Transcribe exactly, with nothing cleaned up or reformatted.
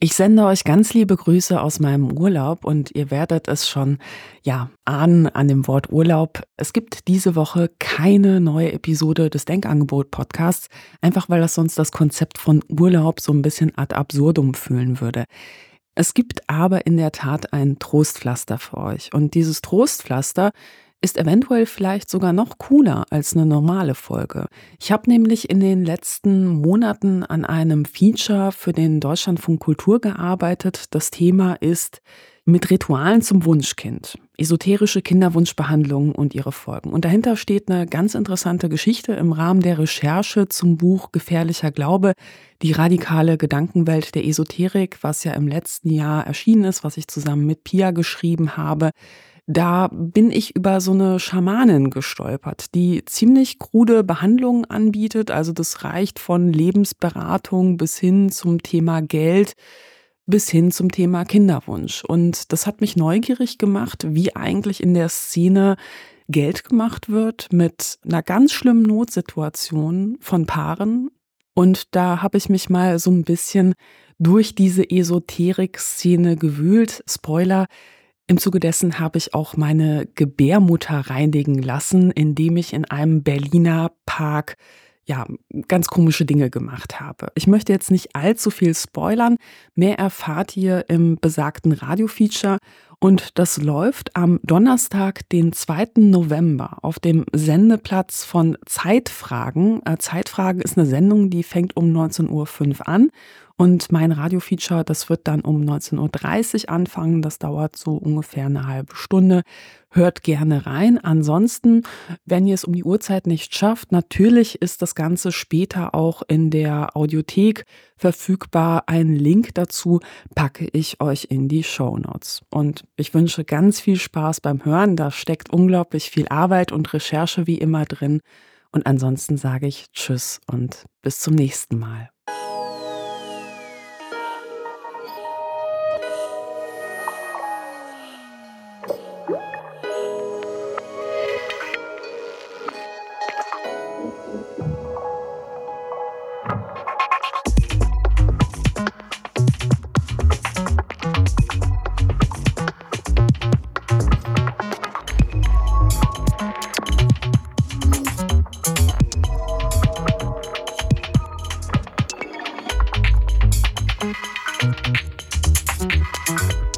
Ich sende euch ganz liebe Grüße aus meinem Urlaub und ihr werdet es schon, ja, ahnen an dem Wort Urlaub. Es gibt diese Woche keine neue Episode des Denkangebot-Podcasts, einfach weil das sonst das Konzept von Urlaub so ein bisschen ad absurdum fühlen würde. Es gibt aber in der Tat ein Trostpflaster für euch und dieses Trostpflaster ist eventuell vielleicht sogar noch cooler als eine normale Folge. Ich habe nämlich in den letzten Monaten an einem Feature für den Deutschlandfunk Kultur gearbeitet. Das Thema ist mit Ritualen zum Wunschkind. Esoterische Kinderwunschbehandlungen und ihre Folgen. Und dahinter steht eine ganz interessante Geschichte im Rahmen der Recherche zum Buch Gefährlicher Glaube, die radikale Gedankenwelt der Esoterik, was ja im letzten Jahr erschienen ist, was ich zusammen mit Pia geschrieben habe. Da bin ich über so eine Schamanin gestolpert, die ziemlich krude Behandlungen anbietet. Also das reicht von Lebensberatung bis hin zum Thema Geld, bis hin zum Thema Kinderwunsch. Und das hat mich neugierig gemacht, wie eigentlich in der Szene Geld gemacht wird mit einer ganz schlimmen Notsituation von Paaren. Und da habe ich mich mal so ein bisschen durch diese Esoterik-Szene gewühlt. Spoiler: Im Zuge dessen habe ich auch meine Gebärmutter reinigen lassen, indem ich in einem Berliner Park ja ganz komische Dinge gemacht habe. Ich möchte jetzt nicht allzu viel spoilern. Mehr erfahrt ihr im besagten Radiofeature. Und das läuft am Donnerstag, den zweiten November, auf dem Sendeplatz von Zeitfragen. Äh, Zeitfragen ist eine Sendung, die fängt um neunzehn Uhr fünf an. Und mein Radiofeature, das wird dann um neunzehn Uhr dreißig anfangen. Das dauert so ungefähr eine halbe Stunde. Hört gerne rein. Ansonsten, wenn ihr es um die Uhrzeit nicht schafft, natürlich ist das Ganze später auch in der Audiothek verfügbar. Einen Link dazu packe ich euch in die Shownotes. Und ich wünsche ganz viel Spaß beim Hören. Da steckt unglaublich viel Arbeit und Recherche wie immer drin. Und ansonsten sage ich Tschüss und bis zum nächsten Mal. Thank you.